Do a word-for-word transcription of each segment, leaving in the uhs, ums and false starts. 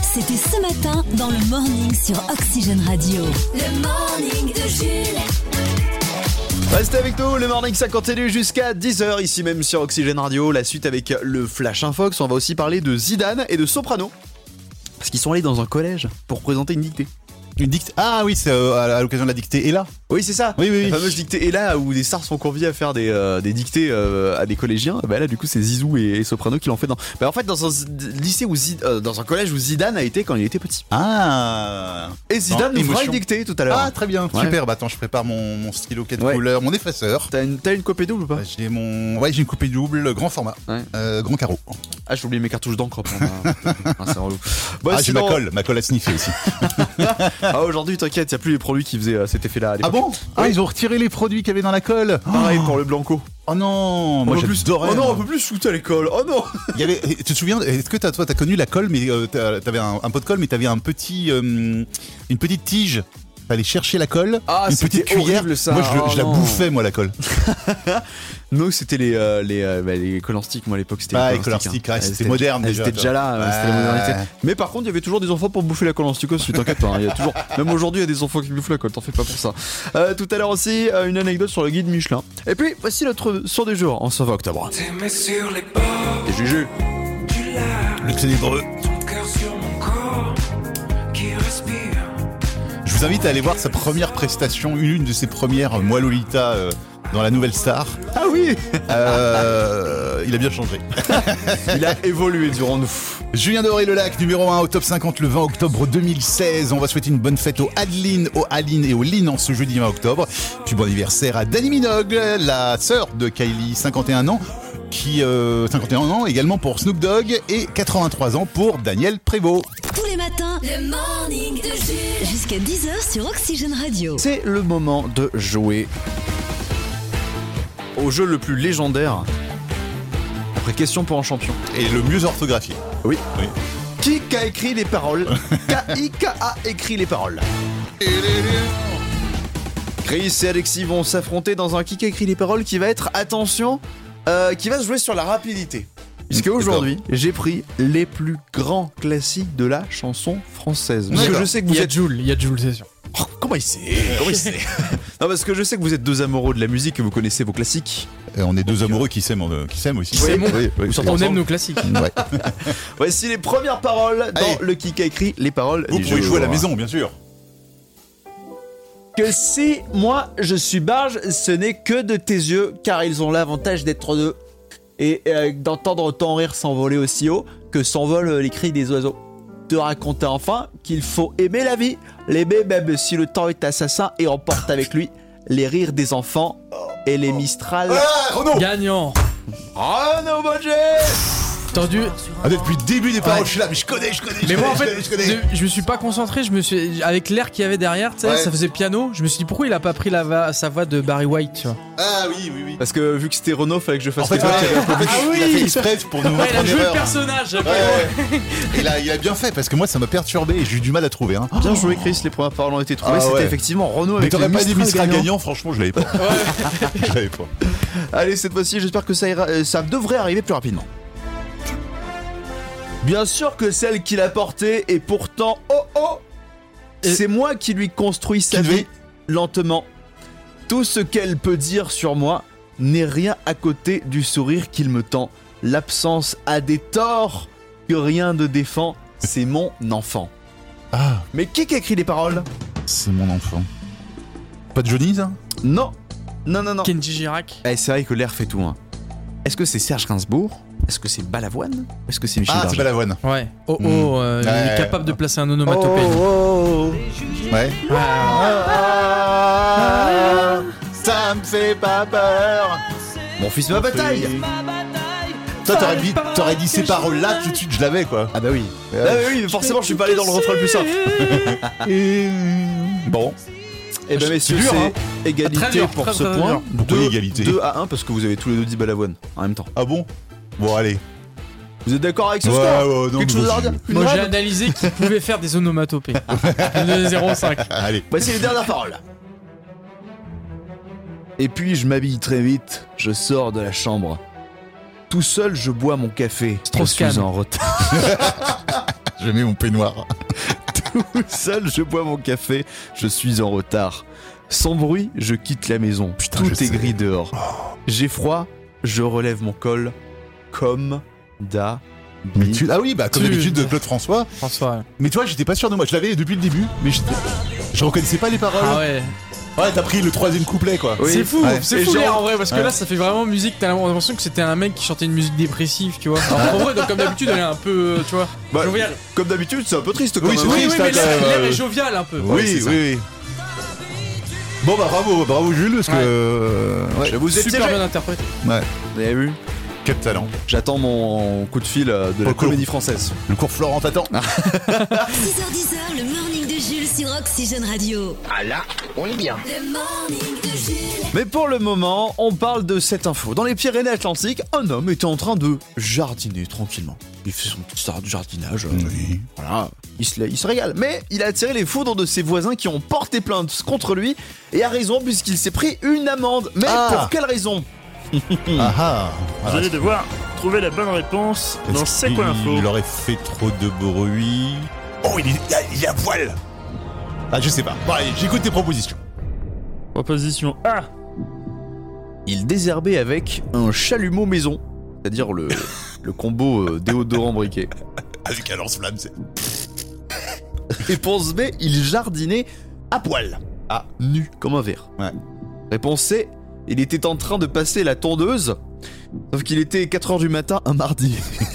C'était ce matin dans le Morning sur Oxygène Radio. Le Morning de Jules. Restez avec nous, le Morning ça continue jusqu'à dix heures ici même sur Oxygène Radio. La suite avec le Flash Infox, on va aussi parler de Zidane et de Soprano. Parce qu'ils sont allés dans un collège pour présenter une dictée. Une dictée. Ah oui, c'est euh, à l'occasion de la dictée Ella. Oui, c'est ça. Oui, oui, oui. La fameuse dictée Ella où des stars sont conviés à faire des, euh, des dictées euh, à des collégiens. Bah là, du coup, c'est Zizou et, et Soprano qui l'ont fait dans. Bah en fait, dans un lycée où Zid... euh, dans un collège où Zidane a été quand il était petit. Ah. Et Zidane nous fera une dictée tout à l'heure. Ah, très bien. Ouais. Super. Bah attends, je prépare mon, mon stylo quatre Ouais. couleurs, mon effaceur. T'as une, t'as une copie double ou pas? J'ai mon, ouais, j'ai une coupée double, grand format, Ouais. euh, grand carreau. Ah, j'ai oublié mes cartouches d'encre. ah, c'est relou. Bon, ah, sinon... j'ai ma colle, ma colle à sniffer aussi. Ah, aujourd'hui, t'inquiète, y a plus les produits qui faisaient euh, cet effet-là à l'époque. Ah bon? Ah, ils ont retiré les produits qu'il y avait dans la colle. Pareil pour le Blanco. Oh non, moi on peut plus... j'adorais. Oh non, moi. on peut plus shooter à l'école. Oh non. Il y avait, tu te souviens, est-ce que t'as, toi t'as connu la colle, mais euh, t'as- t'avais un, un pot de colle, mais t'avais un petit, euh, une petite tige. Fallait chercher la colle, Ah, une c'était petite cuillère. horrible, ça. Moi je, le- Oh je la non. bouffais moi la colle. Nous, c'était les euh, les euh, bah, les collant sticks. Moi, à l'époque, c'était Ah, les les collant collant sticks, sticks, ouais, hein. c'était moderne Elles déjà, étaient toi. déjà là, ouais, c'était la Ouais. modernité. Mais par contre, il y avait toujours des enfants pour bouffer la collant stick aussi. T'inquiète pas, hein, il y a toujours. Même aujourd'hui, il y a des enfants qui bouffent la colle. T'en fais pas pour ça. Euh, tout à l'heure aussi, euh, une anecdote sur le guide Michelin. Et puis, voici notre son du jour en ce vingt octobre. Tes mains sur les bords Et Juju. du lac, Le ténébreux. ton cœur sur mon corps qui respire. Je vous invite à aller voir sa première prestation, une de ses premières, euh, moi Lolita, euh, dans la Nouvelle Star. Ah oui. Euh, il a bien changé. Il a évolué durant nous. Julien Doré-le-Lac, numéro un au top cinquante le vingt octobre deux mille seize. On va souhaiter une bonne fête aux Adeline, aux Aline et aux Lynn en ce jeudi vingt octobre. Puis bon anniversaire à Dani Minogue, la sœur de Kylie, cinquante et un ans. Qui, euh, cinquante et un ans également pour Snoop Dogg et quatre-vingt-trois ans pour Daniel Prévost. Tous les matins, le Morning de Jules. Jusqu'à dix heures sur Oxygène Radio. C'est le moment de jouer au jeu le plus légendaire. Après question pour un champion. Et le mieux orthographié. Oui. Oui. Qui a écrit les paroles? K I K a écrit les paroles. Chris et Alexis vont s'affronter dans un qui a écrit les paroles qui va être, attention, euh, qui va se jouer sur la rapidité. Puisque D'accord. aujourd'hui, j'ai pris les plus grands classiques de la chanson française. Parce que D'accord. je sais que Il vous y a êtes... Jules, il y a Jules, c'est sûr. Oh, comment il sait? Comment il sait? Non, parce que je sais que vous êtes deux amoureux de la musique, que vous connaissez vos classiques. Et on est deux amoureux qui s'aiment, euh, qui s'aiment aussi. Qui s'aiment. Oui, oui, Vous sortez On ensemble. aime nos classiques. Ouais. Voici les premières paroles dans Allez. le qui a écrit les paroles. Vous du pouvez jeu. jouer à la maison, bien sûr. Que si moi je suis barge, ce n'est que de tes yeux, car ils ont l'avantage d'être deux. Et euh, d'entendre ton rire s'envoler aussi haut que s'envolent les cris des oiseaux. Te raconter enfin qu'il faut aimer la vie, l'aimer même si le temps est assassin et emporte avec lui les rires des enfants et les Mistral. Ah, Renaud Gagnant. Oh no budget. Tendu. Ah, depuis le début des paroles, Ouais. je suis là, mais je connais, je connais, je Mais moi en connais, fait, je connais, je connais. je, je me suis pas concentré, je me suis avec l'air qu'il y avait derrière, tu sais, Ouais. ça faisait piano. Je me suis dit pourquoi il a pas pris la va- sa voix de Barry White, tu vois. Ah oui, oui, oui. Parce que vu que c'était Renault, fallait que je fasse En fait, les voix ouais, qu'il y avait un peu en fait, plus. Ah il a oui. fait exprès pour nous Ouais, mettre il a en joué le erreur. personnage. Ouais, ouais. Il a, il a bien fait parce que moi ça m'a perturbé et j'ai eu du mal à trouver. Hein. Bien joué Chris, les premières paroles ont été trouvées. Ah C'était ouais. effectivement Renault Mais avec t'aurais les pas dit Mistral Mistral gagnants. gagnant, franchement, je l'avais pas. Je l'avais pas. Allez, cette fois-ci, j'espère que ça ira, euh, ça devrait arriver plus rapidement. Bien sûr que celle qui l'a portée et pourtant, oh oh, Et- c'est moi qui lui construis sa Qui vie devait- lentement. Tout ce qu'elle peut dire sur moi n'est rien à côté du sourire qu'il me tend. L'absence a des torts que rien ne défend. C'est mon enfant. Ah, Mais qui a écrit les paroles? c'est mon enfant. Pas de Johnny, ça? Non, non, non, non. Kenji Girac. Eh, c'est vrai que l'air fait tout. Hein. Est-ce que c'est Serge Gainsbourg? Est-ce que c'est Balavoine? Est-ce que c'est Michel Ah, c'est Berger? Balavoine. Ouais. Oh oh, Mm. euh, il Ouais. est capable de placer un onomatopée. Oh, oh, Ouais. Ouais. Ah, ça me fait pas peur. oh. Mon fils ma bataille. Toi, t'aurais dit, t'aurais dit ces paroles-là, tout de suite, je l'avais, quoi. Ah bah oui. Ah bah oui, mais forcément, je suis pas allé dans le refrain le plus simple. Bon, Eh ben messieurs, dur, hein. c'est égalité Très dur, pour très, ce très point. dur. Pourquoi deux, égalité deux à un parce que vous avez tous les deux dit Balavoine en même temps. ah bon? Bon, allez. Vous êtes d'accord avec ce Ouais, score? ouais, non, Quelque mais chose à vas-y. redire? Une Moi j'ai règle analysé qu'il pouvait faire des onomatopées. De zéro virgule cinq. Allez. Voici les dernières paroles. Et puis je m'habille très vite, je sors de la chambre. Tout seul, je bois mon café. Je Strauss-Kahn. suis en retard. Je mets mon peignoir. Tout seul, je bois mon café, je suis en retard. Sans bruit, je quitte la maison. Putain, Tout je est sais. gris dehors. J'ai froid, je relève mon col comme Mais d'habitude. tu... Ah oui, bah comme Tu- d'habitude de Claude François. François. Ouais. Mais toi, j'étais pas sûr de moi. Je l'avais depuis le début, mais je, je reconnaissais pas les paroles. Ah ouais. Ouais, t'as pris le troisième couplet, quoi. Oui. C'est fou, Ouais. c'est Et fou genre- l'air, en vrai, parce que Ouais. là ça fait vraiment musique, t'as l'impression que c'était un mec qui chantait une musique dépressive, tu vois. Alors en vrai, donc, comme d'habitude, elle est un peu, euh, tu vois, Bah, joviale. Comme d'habitude, c'est un peu triste quand Oui, même. c'est Oui, triste, oui, mais hein, quand l'air même, l'air euh. est jovial un peu. Oui, Ouais, oui, c'est ça. oui. Bon, bah bravo, bravo Jules, parce que. Ouais. euh, ouais. Je vous ai Super piégé. bien interprété. Ouais, Vous avez vu? quel talent. J'attends mon coup de fil euh, de la Au cours. comédie française. Le cours Florent t'attend. six heures dix, le morning de Jules sur Oxygène Radio. Ah là, on est bien. Le morning de Jules. Mais pour le moment, on parle de cette info. Dans les Pyrénées-Atlantiques, un homme était en train de jardiner tranquillement. Il fait son petit start de jardinage. euh, Oui. Voilà, il se, il se régale. Mais il a attiré les foudres de ses voisins qui ont porté plainte contre lui. Et a raison, puisqu'il s'est pris une amende. Mais Ah. pour quelle raison? Ah ah. Vous allez devoir trouver la bonne réponse dans Est-ce C'est quoi l'info Il aurait fait trop de bruit. Oh, il est, il est à poil. Ah, je sais pas. Bon, allez, j'écoute tes propositions. Proposition A. Il désherbait avec un chalumeau maison. C'est-à-dire le, le combo euh, déodorant briquet. Avec un lance-flamme, c'est. Réponse B, il jardinait à poil. Ah. Nu, comme un verre. Ouais. Réponse C, il était en train de passer la tondeuse, sauf qu'il était quatre heures du matin un mardi.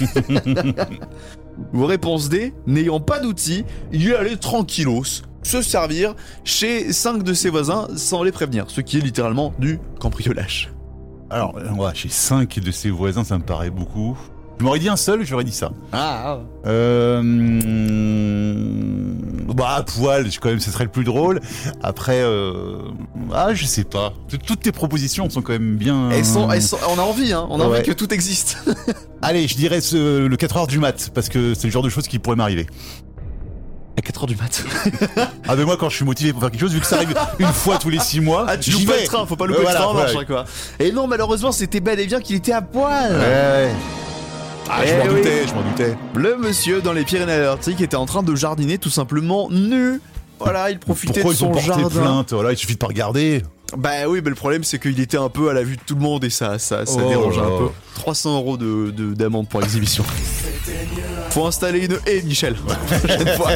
Ou réponse D, n'ayant pas d'outils, il est allé tranquillos se servir chez cinq de ses voisins sans les prévenir, ce qui est littéralement du cambriolage. Alors, euh, ouais, chez cinq de ses voisins, ça me paraît beaucoup. Je m'aurais dit un seul, j'aurais dit ça. Ah, Euh. hum, Bah, à poil, quand même, ce serait le plus drôle. Après, euh. Ah, je sais pas. Toutes tes propositions sont quand même bien. elles sont, elles sont- on a envie, hein, on a Ouais. envie que tout existe. Allez, je dirais ce- le quatre heures du mat, parce que c'est le genre de choses qui pourrait m'arriver. À quatre heures du mat. Ah, mais moi, quand je suis motivé pour faire quelque chose, vu que ça arrive une fois tous les six mois, Ah, tu j'y loupes pas vais. le train, faut pas louper Euh, le voilà, train en marche, ouais. hein, quoi. Et non, malheureusement, c'était bel et bien qu'il était à poil. Ouais, ouais. Ah, je Eh m'en oui. doutais, je m'en doutais. Le monsieur dans les Pyrénées-Atlantiques était en train de jardiner tout simplement nu. Voilà, il profitait Pourquoi de ils ont son porté jardin. plainte? Voilà, il suffit de pas regarder. Bah oui, mais le problème c'est qu'il était un peu à la vue de tout le monde et ça, ça, ça Oh dérange là un là. peu. trois cents euros de, de- d'amende pour exhibition. Faut installer une haie, Michel. La prochaine fois.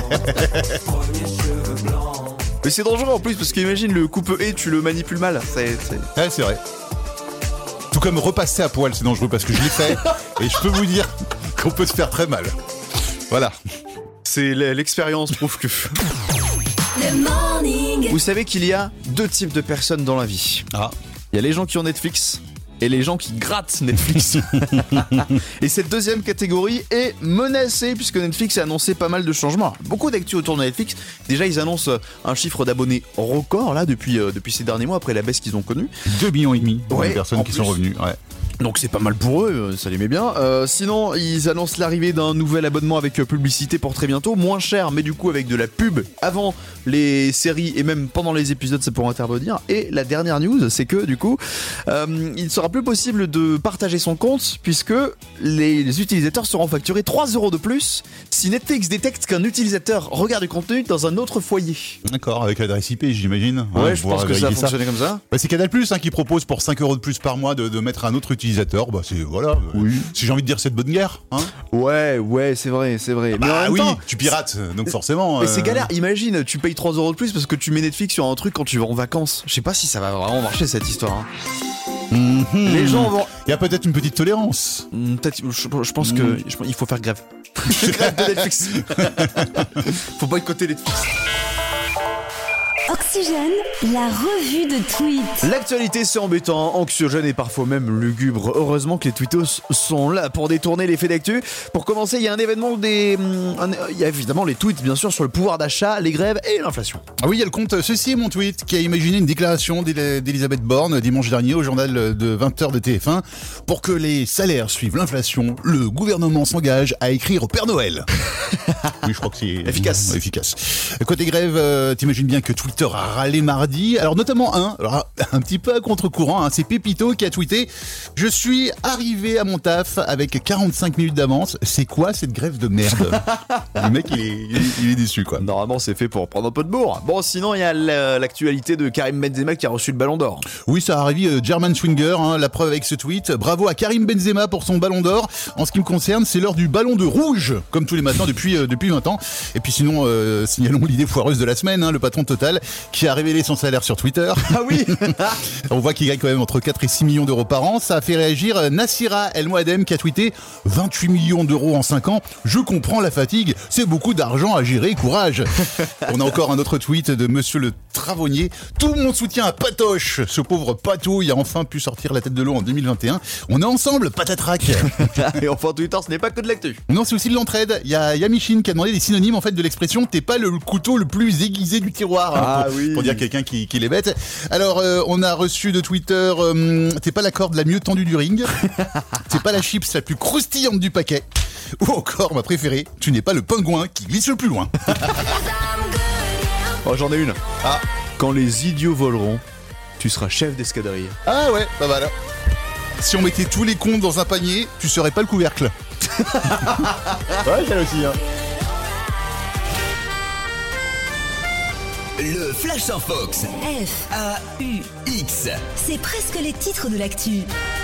Mais c'est dangereux en plus parce qu'imagine le coupe-haie, tu le manipules mal. C'est, c'est- Ouais, c'est vrai. Tout comme repasser à poil, c'est dangereux parce que je l'ai fait et je peux vous dire qu'on peut se faire très mal. Voilà. c'est l- l'expérience prouve que. Le morning. Vous savez qu'il y a deux types de personnes dans la vie. Ah. Il y a les gens qui ont Netflix et les gens qui grattent Netflix. Et cette deuxième catégorie est menacée puisque Netflix a annoncé pas mal de changements. Beaucoup d'actu autour de Netflix. Déjà, ils annoncent un chiffre d'abonnés record là depuis, euh, depuis ces derniers mois après la baisse qu'ils ont connue. deux millions et demi Ouais, de personnes en qui plus. sont revenues. Ouais. Donc c'est pas mal pour eux, euh, ça les met bien. Euh, sinon, ils annoncent l'arrivée d'un nouvel abonnement avec euh, publicité pour très bientôt, moins cher, mais du coup avec de la pub avant les séries et même pendant les épisodes, ça pourra intervenir. Et la dernière news, c'est que du coup, euh, il ne sera plus possible de partager son compte puisque les, les utilisateurs seront facturés trois euros de plus si Netflix détecte qu'un utilisateur regarde du contenu dans un autre foyer. D'accord, avec l'adresse I P, j'imagine. Ouais, Hein, je pouvoir pense que ça a vérifier fonctionné comme ça. Bah, c'est Canal Plus hein, qui propose pour cinq euros de plus par mois de, de mettre un autre utilisateur. Bah, c'est voilà. euh, Oui. Si j'ai envie de dire, c'est de bonne guerre. Hein. Ouais, ouais, c'est vrai, c'est vrai. Mais en Bah même oui, temps, tu pirates, donc forcément. Mais euh, c'est galère, imagine, tu payes trois euros de plus parce que tu mets Netflix sur un truc quand tu vas en vacances. Je sais pas si ça va vraiment marcher cette histoire. hein. mhm. Les gens vont. Il y a peut-être une petite tolérance. Hmm, Peut-être, je, je pense Mm. que je- il faut faire grève. Grève de Netflix. Faut boycotter Netflix. Oxygène, la revue de tweets. L'actualité c'est embêtant, anxiogène et parfois même lugubre. Heureusement que les tweetos sont là pour détourner l'effet d'actu. Pour commencer, il y a un événement des. hum, un- Il y a évidemment les tweets bien sûr sur le pouvoir d'achat, les grèves et l'inflation. Ah oui, il y a le compte Ceci est mon tweet qui a imaginé une déclaration d'Él- d'Elisabeth Borne dimanche dernier au journal de vingt heures de T F un. Pour que les salaires suivent l'inflation, le gouvernement s'engage à écrire au Père Noël. Oui, je crois que c'est Efficace. Efficace. Côté grève, euh, t'imagines bien que Twitter Twitter a râlé mardi. Alors notamment un, alors un petit peu à contre-courant, hein, c'est Pépito qui a tweeté « Je suis arrivé à mon taf avec quarante-cinq minutes d'avance. C'est quoi cette grève de merde ?» Le mec, il est, il est, il est déçu, quoi. Normalement, c'est fait pour prendre un peu de bourre. Bon, sinon, il y a l'actualité de Karim Benzema qui a reçu le Ballon d'Or. Oui, ça a arrivé euh, German Swinger, hein, la preuve avec ce tweet. Bravo à Karim Benzema pour son Ballon d'Or. En ce qui me concerne, c'est l'heure du Ballon de Rouge, comme tous les matins depuis, euh, depuis vingt ans. Et puis sinon, euh, signalons l'idée foireuse de la semaine, hein, le patron de Total qui a révélé son salaire sur Twitter. Ah oui. On voit qu'il gagne quand même entre quatre et six millions d'euros par an. Ça a fait réagir Nassira El Mouadem qui a tweeté vingt-huit millions d'euros en cinq ans. Je comprends la fatigue, c'est beaucoup d'argent à gérer, courage. On a encore un autre tweet de Monsieur le Travonnier. Tout mon soutien à Patoche. Ce pauvre Patouille a enfin pu sortir la tête de l'eau en deux mille vingt et un. On est ensemble, patatrac. Et enfin, Twitter, ce n'est pas que de l'actu. Non, c'est aussi de l'entraide. Il y a Yamishin qui a demandé des synonymes en fait de l'expression t'es pas le couteau le plus aiguisé du tiroir, hein, ah, pour, oui. pour dire quelqu'un qui, qui les bête. Alors euh, on a reçu de Twitter euh, t'es pas la corde la mieux tendue du ring. T'es pas la chips la plus croustillante du paquet. Ou encore ma préférée, tu n'es pas le pingouin qui glisse le plus loin. Oh, j'en ai une. Ah. Quand les idiots voleront, tu seras chef d'escadrille. Ah ouais, pas mal. Si on mettait tous les comptes dans un panier, tu serais pas le couvercle. Ouais, j'ai aussi, hein. Le Flash Infox. F, A U X. c'est presque les titres de l'actu.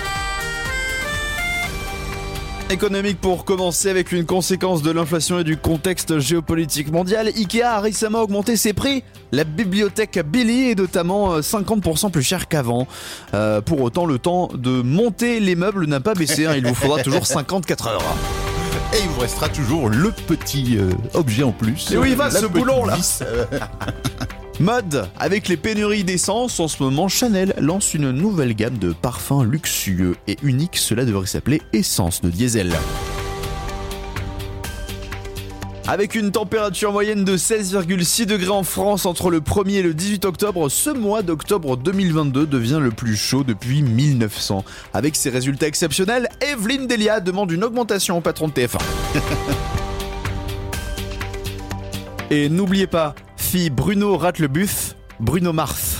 Économique pour commencer avec une conséquence de l'inflation et du contexte géopolitique mondial. Ikea a récemment augmenté ses prix. La bibliothèque Billy est notamment cinquante pour cent plus chère qu'avant. Euh, pour autant, le temps de monter les meubles n'a pas baissé. Hein. Il vous faudra toujours cinquante-quatre heures. Et il vous restera toujours le petit euh, objet en plus. Et où il va, La ce petite boulon, là vis. Mode, avec les pénuries d'essence, en ce moment, Chanel lance une nouvelle gamme de parfums luxueux et uniques. Cela devrait s'appeler Essence de Diesel. Avec une température moyenne de seize virgule six degrés en France entre le premier et le dix-huit octobre, ce mois d'octobre deux mille vingt-deux devient le plus chaud depuis mille neuf cents. Avec ces résultats exceptionnels, Evelyne Delia demande une augmentation au patron de T F un. Et n'oubliez pas, fille Bruno rate le buff, Bruno Mars.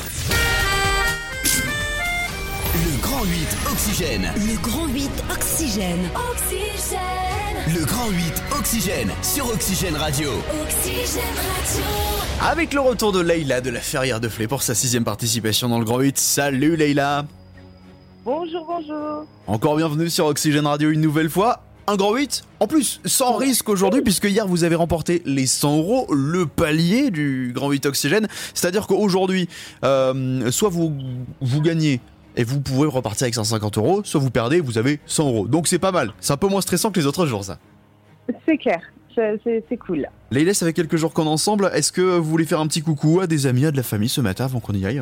Le Grand huit Oxygène. Le Grand huit Oxygène. Oxygène. Le Grand huit Oxygène sur Oxygène Radio. Oxygène Radio. Avec le retour de Leïla de la Ferrière de Flé pour sa sixième participation dans le Grand huit. Salut Leïla. Bonjour, bonjour. Encore bienvenue sur Oxygène Radio une nouvelle fois. Un Grand huit, en plus, sans risque aujourd'hui, puisque hier vous avez remporté les cent euros, le palier du Grand huit Oxygène. C'est-à-dire qu'aujourd'hui, euh, soit vous, vous gagnez et vous pouvez repartir avec cent cinquante euros, soit vous perdez et vous avez cent euros. Donc c'est pas mal, c'est un peu moins stressant que les autres jours, ça. C'est clair, c'est, c'est, c'est cool. Leïla, ça fait quelques jours qu'on est ensemble. Est-ce que vous voulez faire un petit coucou à des amis, à de la famille ce matin avant qu'on y aille ?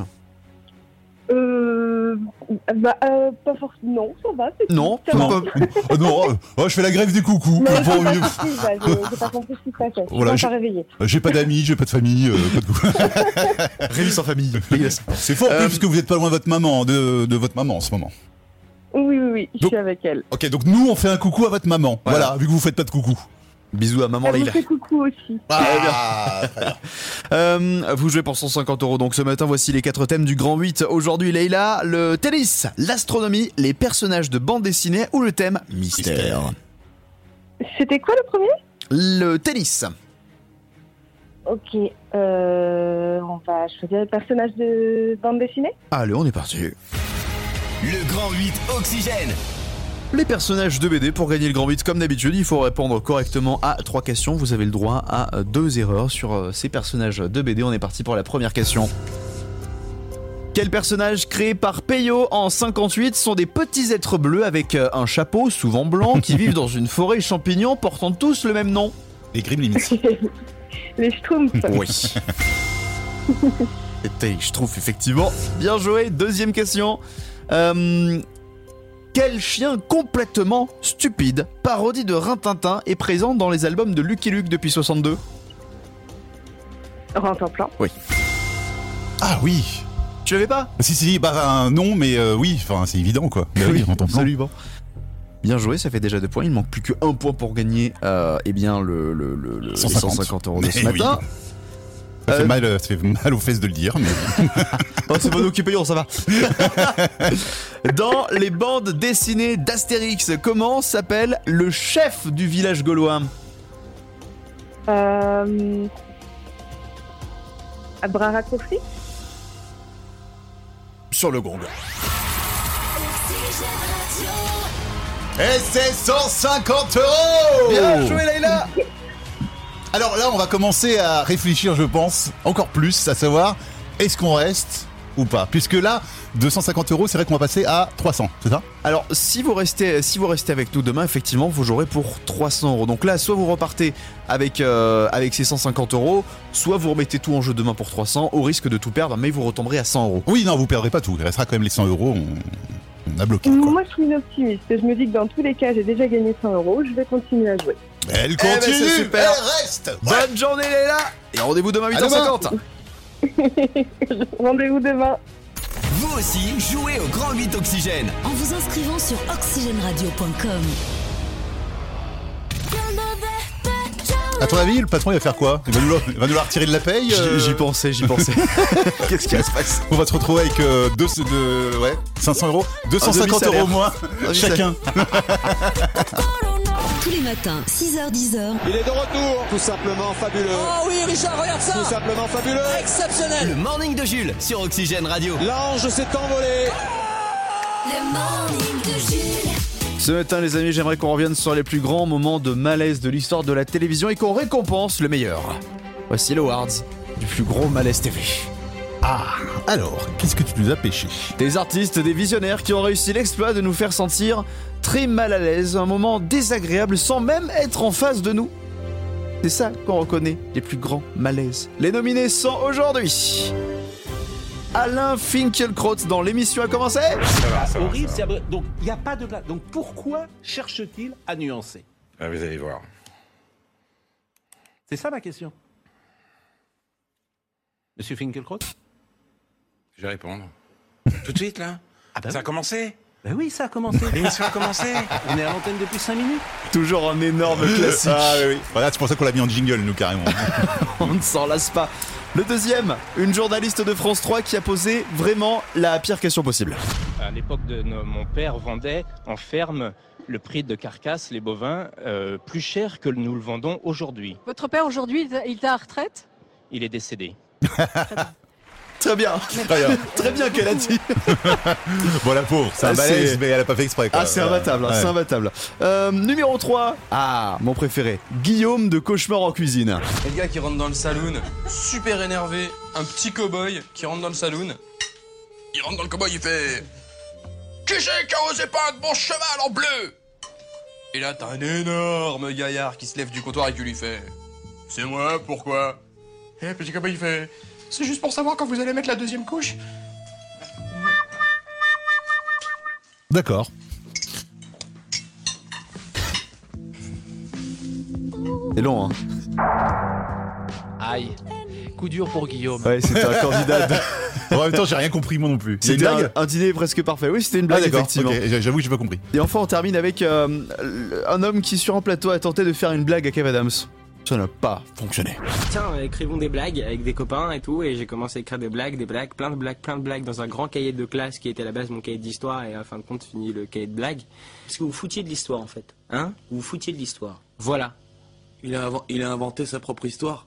Euh. Bah, euh, pas forcément. Non, ça va. C'est Non, cool, ça Non, va. oh, non oh, je fais la grève des coucous. Mais Bon, j'ai euh, pas compris, bah, j'ai, j'ai pas compris ce qui se passait. Je suis Voilà, pas j'ai- encore réveillée. j'ai pas d'amis, j'ai pas de famille. Euh, pas de coups. Rémi sans famille. Leïla. C'est fort, Euh, parce que vous êtes pas loin de votre maman, de, de votre maman en ce moment. Oui, oui, oui, je Donc- suis avec elle. Ok, donc nous on fait un coucou à votre maman. Voilà. Voilà, vu que vous faites pas de coucou. Bisous à maman Elle vous Leïla. fait coucou aussi. Ah, très bien. Euh, vous jouez pour cent cinquante euros, donc ce matin voici les quatre thèmes du Grand huit. Aujourd'hui Leïla, le tennis, l'astronomie, les personnages de bande dessinée ou le thème mystère. C'était quoi le premier? Le tennis. Ok, euh, on va choisir le personnage de bande dessinée. Allez, on est parti. Le Grand huit Oxygène. Les personnages de B D, pour gagner le Grand huit comme d'habitude, il faut répondre correctement à trois questions. Vous avez le droit à deux erreurs sur ces personnages de B D. On est parti pour la première question. Quels personnages créés par Peyo en cinquante-huit sont des petits êtres bleus avec un chapeau, souvent blanc, qui vivent dans une forêt champignons portant tous le même nom? Les Gremlins. Les Schtroumpfs. Oui. C'était, je trouve, effectivement. Bien joué. Deuxième question. Euh, quel chien complètement stupide, parodie de Rintintin, est présent dans les albums de Lucky Luke depuis soixante-deux? Rintintin. Ah oui. Tu l'avais pas? Si, si, bah euh, non, mais euh, oui, enfin c'est évident quoi. Bah oui, on t'entend. absolument. Bien joué, ça fait déjà deux points. Il ne manque plus qu'un point pour gagner euh, eh bien, le, le, le, le- les cent cinquante. cent cinquante euros de ce Mais oui. matin. Ça, Euh, fait mal, ça fait mal aux fesses de le dire, mais Oh, c'est pas nous qui payons, ça va. Dans les bandes dessinées d'Astérix, comment s'appelle le chef du village gaulois? Euh... À bras raccourcis. sur le gong. Et c'est cent cinquante euros. Bien joué, Leïla. Alors là, on va commencer à réfléchir, je pense, encore plus, à savoir, est-ce qu'on reste ou pas? Puisque là, deux cent cinquante euros, c'est vrai qu'on va passer à trois cents, c'est ça? Alors, si vous restez, si vous restez avec nous demain, effectivement, vous jouerez pour trois cents euros. Donc là, soit vous repartez avec, euh, avec ces cent cinquante euros, soit vous remettez tout en jeu demain pour trois cents, au risque de tout perdre, mais vous retomberez à cent euros. Oui, non, vous perdrez pas tout. Il restera quand même les cent euros. On, on a bloqué. Quoi. Moi, je suis une optimiste. Je me dis que dans tous les cas, j'ai déjà gagné cent euros. Je vais continuer à jouer. Elle Eh ben, continue, c'est super. elle reste. Ouais. Bonne journée, Leïla. Et rendez-vous demain à huit heures cinquante. Rendez-vous demain. Vous aussi, jouez au Grand huit Oxygène. En vous inscrivant sur oxygène radio point com. À ton avis, le patron il va faire quoi? Il va nous, la- il va nous la retirer de la paye euh, J'y pensais, j'y pensais. Qu'est-ce qui va se passer? On va se retrouver avec euh, deux, de, ouais, cinq cents euros, deux cent cinquante demi-salaire. euros moins Un chacun. Tous les matins, six heures dix heures. Il est de retour, tout simplement fabuleux. Oh oui, Richard, regarde ça. Tout simplement fabuleux. Exceptionnel. Le Morning de Jules sur Oxygène Radio. L'ange s'est envolé. Le morning de Jules. Ce matin, les amis, j'aimerais qu'on revienne sur les plus grands moments de malaise de l'histoire de la télévision et qu'on récompense le meilleur. Voici l'Awards du plus gros malaise T V. Ah, alors, qu'est-ce que tu nous as pêché? Des artistes, des visionnaires qui ont réussi l'exploit de nous faire sentir très mal à l'aise, un moment désagréable sans même être en face de nous. C'est ça qu'on reconnaît les plus grands malaises. Les nominés sont aujourd'hui Alain Finkielkraut dans l'émission a commencé. Horrible, c'est abri- donc il n'y a pas de blague. Donc pourquoi cherche-t-il à nuancer? Ah, vous allez voir. C'est ça ma question. Monsieur Finkielkraut? Je vais répondre. Tout de suite, là Ah bah Ça a oui. commencé Ben oui, ça a commencé. L'émission a commencé. On est à l'antenne depuis cinq minutes. Toujours un énorme classique. Ah oui, oui. Voilà, c'est pour ça qu'on l'a mis en jingle, nous, carrément. On ne s'en lasse pas. Le deuxième, une journaliste de France trois qui a posé vraiment la pire question possible. À l'époque de nos- mon père vendait en ferme le prix de carcasse, les bovins, euh, plus cher que nous le vendons aujourd'hui. Votre père aujourd'hui, il est à la retraite? Il est décédé. Très bien. Très bien. Très bien qu'elle a dit. Bon, la pauvre, c'est un Ah, balèze, c'est- mais elle a pas fait exprès, quoi. Ah, c'est imbattable, hein, Ouais. c'est imbattable. Euh, numéro trois. Ah, mon préféré. Guillaume de Cauchemar en cuisine. Et le gars qui rentre dans le saloon, super énervé, un petit cow-boy qui rentre dans le saloon. Il rentre dans le cow-boy, il fait Qui c'est qui a osé peindre mon cheval en bleu? Et là, t'as un énorme gaillard qui se lève du comptoir et qui lui fait C'est moi, pourquoi? Et le petit cow-boy, il fait C'est juste pour savoir quand vous allez mettre la deuxième couche. D'accord. C'est long, hein. Aïe, coup dur pour Guillaume. Ouais, c'était un candidat. de- En même temps, j'ai rien compris, moi non plus. C'est une C'était blague? un, un dîner presque parfait. Oui, c'était une Ah, blague, d'accord, effectivement. ok, j'avoue que j'ai pas compris. Et enfin, on termine avec euh, un homme qui, sur un plateau, a tenté de faire une blague à Kev Adams. Ça n'a pas fonctionné. Tiens, écrivons des blagues avec des copains et tout, et j'ai commencé à écrire des blagues, des blagues, plein de blagues, plein de blagues dans un grand cahier de classe qui était à la base mon cahier d'histoire, et à la fin de compte fini le cahier de blagues. Parce que vous foutiez de l'histoire en fait, hein? Vous vous foutiez de l'histoire. Voilà. Il a, inven- il a inventé sa propre histoire.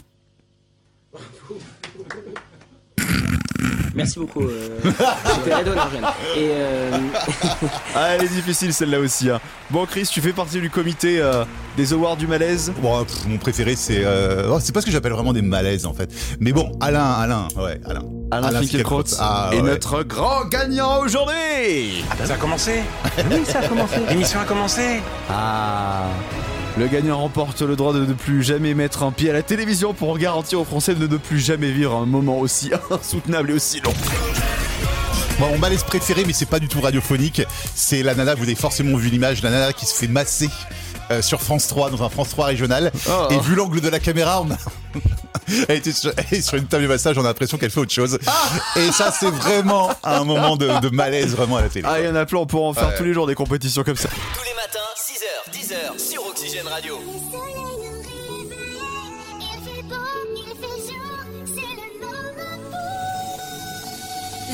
Merci beaucoup. Euh... C'était Redon Argent. Et euh... Ah, elle est difficile celle-là aussi. Hein. Bon, Chris, tu fais partie du comité euh, des Awards du malaise. Bon, pff, mon préféré, c'est. Euh... oh, c'est pas ce que j'appelle vraiment des malaises, en fait. Mais bon, Alain, Alain, ouais, Alain. Alain Finkielkraut Ah, est ouais. notre grand gagnant aujourd'hui. Ça a commencé Oui, ça a commencé. L'émission a commencé. Ah. Le gagnant remporte le droit de ne plus jamais mettre un pied à la télévision pour garantir aux Français de ne plus jamais vivre un moment aussi insoutenable et aussi long. Bon, mon malaise préféré, mais c'est pas du tout radiophonique. C'est la nana, vous avez forcément vu l'image, la nana qui se fait masser euh, sur France trois, dans un France trois régional. Oh. Et vu l'angle de la caméra, on a. Elle était sur, elle est sur une table de massage, on a l'impression qu'elle fait autre chose. Ah. Et ça, c'est vraiment un moment de, de malaise vraiment à la télé. Ah, il y en a plein, on pourra en faire Ouais. tous les jours des compétitions comme ça. Tous les matins, six heures, dix heures sur Oxygène Radio.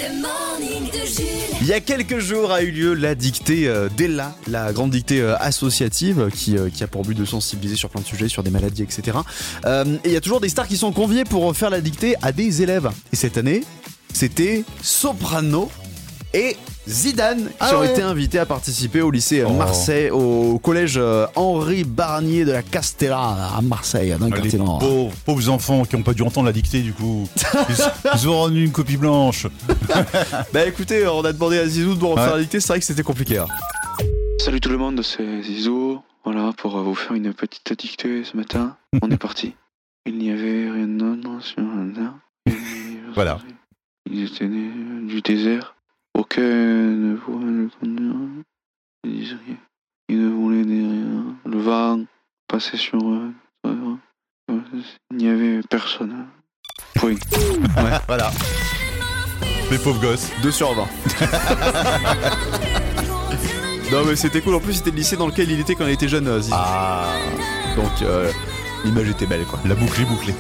Le morning de Jules. Il y a quelques jours a eu lieu la dictée euh, d'Ella, la grande dictée euh, associative qui, euh, qui a pour but de sensibiliser sur plein de sujets, sur des maladies, et cetera. Euh, et il y a toujours des stars qui sont conviées pour faire la dictée à des élèves. Et cette année, c'était Soprano et Zidane qui Ah ont ouais. été invités à participer au lycée Oh. Marseille, au collège euh, Henri Barnier de la Castella à Marseille, dans le Les quartier nord. pauvres, pauvres enfants qui n'ont pas dû entendre la dictée du coup. Ils, ils ont rendu une copie blanche. Bah écoutez, on a demandé à Zizou de refaire Ouais. la dictée, c'est vrai que c'était compliqué. Hein. Salut tout le monde, c'est Zizou. Voilà, pour vous faire une petite dictée ce matin. On est parti. Il n'y avait rien d'autre sur un arbre. Voilà. Ils étaient nés du désert. Aucun ne pouvait le conduire. Ils disaient rien. Ils ne voulaient dire rien. Le vent passait sur eux. Il n'y avait personne. Point. Ouais, voilà. Les pauvres gosses. deux sur vingt. Non mais c'était cool, en plus c'était le lycée dans lequel il était quand il était jeune, euh, Zizou. Ah. Donc euh, l'image était belle quoi. La boucle est bouclée.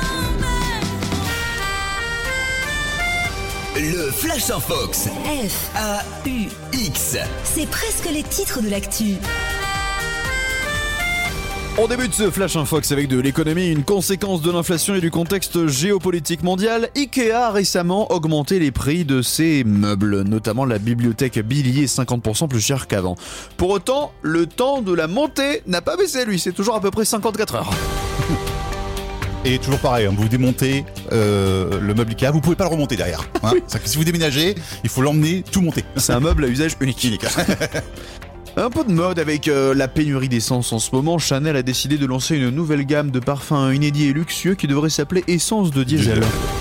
Le Flash en Fox. F, A U X. c'est presque les titres de l'actu. On débute ce Flash Infox avec de l'économie, une conséquence de l'inflation et du contexte géopolitique mondial. Ikea a récemment augmenté les prix de ses meubles, notamment la bibliothèque Billy est cinquante pour cent plus chère qu'avant. Pour autant, le temps de la montée n'a pas baissé lui, c'est toujours à peu près cinquante-quatre heures. Et toujours pareil, hein, vous démontez euh, le meuble Ikea, vous pouvez pas le remonter derrière. Hein. Oui. C'est-à-dire que si vous déménagez, il faut l'emmener tout monter. C'est un meuble à usage unique. Un peu de mode avec euh, la pénurie d'essence en ce moment, Chanel a décidé de lancer une nouvelle gamme de parfums inédits et luxueux qui devrait s'appeler Essence de Diesel.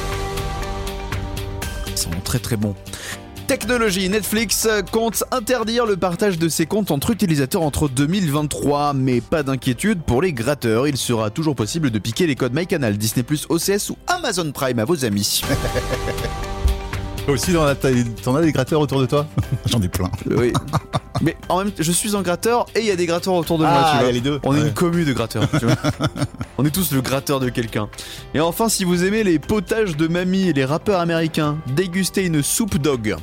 Ils sont très très bons. Technologie, Netflix compte interdire le partage de ses comptes entre utilisateurs entre deux mille vingt-trois, mais pas d'inquiétude pour les gratteurs, il sera toujours possible de piquer les codes MyCanal, Disney plus, O C S ou Amazon Prime à vos amis. Toi aussi, t'en as, t'en as des gratteurs autour de toi? J'en ai plein. Oui. Mais en même temps, je suis un gratteur et il y a des gratteurs autour de moi, Ah, tu vois. il y a les deux. On est Ouais. une commu de gratteurs, tu vois. On est tous le gratteur de quelqu'un. Et enfin, si vous aimez les potages de mamie et les rappeurs américains, dégustez une soupe dog.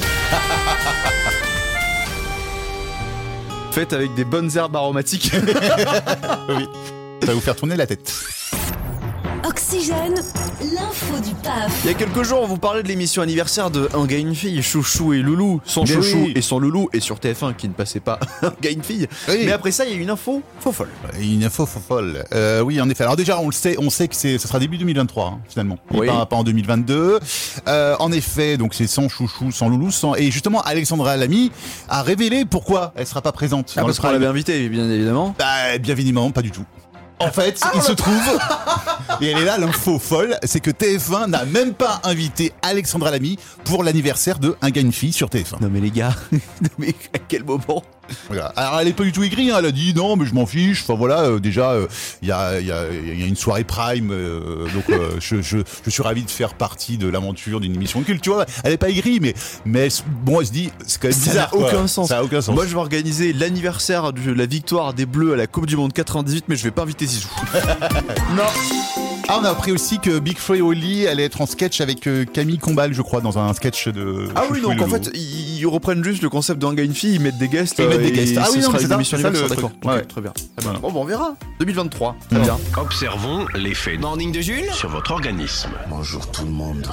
Faite avec des bonnes herbes aromatiques. Oui. Ça va vous faire tourner la tête. Oxygène, l'info du P A F. Il y a quelques jours, on vous parlait de l'émission anniversaire de Un gars, une fille, Chouchou et Loulou. Son Mais chouchou oui. et son Loulou, et sur T F un qui ne passait pas Un gars, une fille. Oui. Mais après ça, il y a une info faux folle. Une info faux folle. Euh, oui, en effet. Alors déjà, on le sait, on sait que c'est, ça sera début deux mille vingt-trois hein, finalement. Et Oui. pas, pas en deux mille vingt-deux. Euh, en effet, donc c'est sans chouchou, sans loulou, sans. Et justement, Alexandra Lamy a révélé pourquoi elle sera pas présente. Ah, dans parce le qu'on prime. l'avait invitée, bien évidemment. Bah, bien évidemment, pas du tout. En fait, il se trouve, et elle est là, l'info folle, c'est que T F un n'a même pas invité Alexandra Lamy pour l'anniversaire de Un gars, une fille sur T F un. Non mais les gars, mais à quel moment? Voilà. Alors elle est pas du tout aigrie, hein. Elle a dit non mais je m'en fiche, enfin voilà, euh, déjà il euh, y, a, y, a, y a une soirée Prime, euh, donc euh, je, je, je suis ravi de faire partie de l'aventure d'une émission culte, tu vois, elle est pas aigrie mais, mais elle, bon elle se dit, c'est quand même Ça bizarre n'a quoi. aucun sens. Ça a aucun sens. Moi je vais organiser l'anniversaire de la victoire des Bleus à la Coupe du Monde quatre-vingt-dix-huit, mais je vais pas inviter Zizou. Non. Ah, on a appris aussi que Big Flo et Oli allait être en sketch avec euh, Camille Combal, je crois, dans un sketch de. Ah oui, Chouchou et donc en Loulou. fait, ils ils reprennent juste le concept d'un gars, une fille, ils mettent des guests. Ils mettent des euh, guests. et Ah oui, ce non, sera mais c'est une ça, émission c'est ça, anniversaire, le d'accord. truc. Ok, Ouais. très bien. Très Voilà. bien. Bon, bah, on verra. deux mille vingt-trois. Très bien. Observons l'effet Morning de Jules sur votre organisme. Bonjour tout le monde.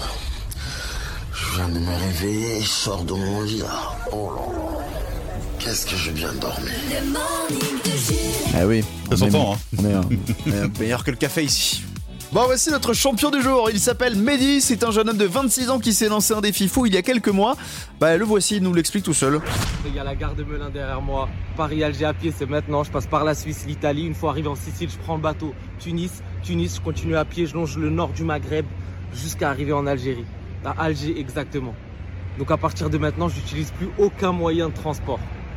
Je viens de me réveiller et je sors de mon lit là. Oh là là. Qu'est-ce que j'ai bien dormi. Le morning de Jules. Ah oui. Ça s'entend, hein. On est, on est meilleur que le café ici. Bon, voici notre champion du jour. Il s'appelle Mehdi. C'est un jeune homme de vingt-six ans qui s'est lancé un défi fou il y a quelques mois. Bah, le voici, il nous l'explique tout seul. Il y a la gare de Melun derrière moi. Paris-Alger à pied, c'est maintenant. Je passe par la Suisse, l'Italie. Une fois arrivé en Sicile, je prends le bateau. Tunis, Tunis, je continue à pied. Je longe le nord du Maghreb jusqu'à arriver en Algérie. À Alger, exactement. Donc à partir de maintenant, je n'utilise plus aucun moyen de transport.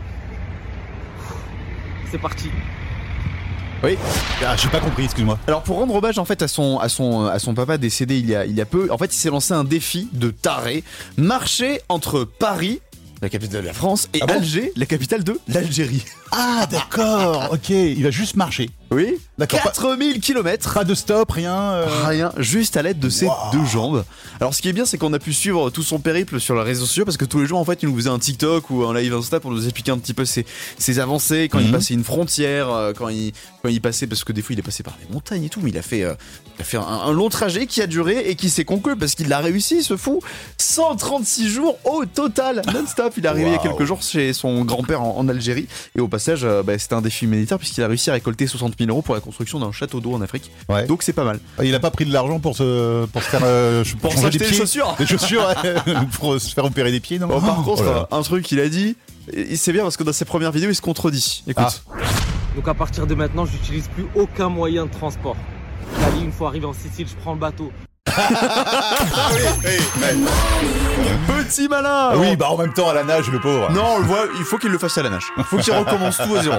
C'est parti. Oui. Ah, j'ai pas compris, excuse-moi. Alors pour rendre hommage en fait à son à son à son papa décédé il y a il y a peu, en fait il s'est lancé un défi de taré, marcher entre Paris, la capitale de la France, et Ah bon Alger, la capitale de l'Algérie. Ah, d'accord. Ok, il va juste marcher. Oui. D'accord. quatre mille kilomètres. Pas de stop, rien. Euh... Rien, juste à l'aide de ses wow. deux jambes. Alors ce qui est bien, c'est qu'on a pu suivre tout son périple sur les réseaux sociaux parce que tous les jours, en fait, il nous faisait un TikTok ou un live Insta pour nous expliquer un petit peu ses, ses avancées, quand mm-hmm. il passait une frontière, quand il, quand il passait, parce que des fois, il est passé par des montagnes et tout, mais il a fait, euh, il a fait un, un long trajet qui a duré et qui s'est conclu parce qu'il l'a réussi, ce fou. cent trente-six jours au total, non-stop. Il est arrivé wow. il y a quelques jours chez son grand-père en, en Algérie et au passage, euh, bah, c'était un défi humanitaire puisqu'il a réussi à récolter soixante mille euros pour la construction d'un château d'eau en Afrique. Ouais. Donc c'est pas mal. Il a pas pris de l'argent pour se pour se faire euh, pour s'acheter des, des chaussures. Des chaussures ouais. Pour se faire opérer des pieds non. Bon, par contre, oh là. un truc il a dit, c'est bien parce que dans ses premières vidéos il se contredit. Écoute. Ah. Donc à partir de maintenant, j'utilise plus aucun moyen de transport. Allez, une fois arrivé en Sicile, je prends le bateau. oui, oui, oui. Petit malin. Ah oui, bah en même temps à la nage le pauvre. Non, on le voit, il faut qu'il le fasse à la nage. Il faut qu'il recommence tout à zéro.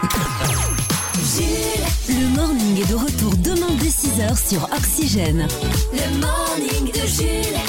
Le morning est de retour demain dès six heures sur Oxygène. Le morning de Jules.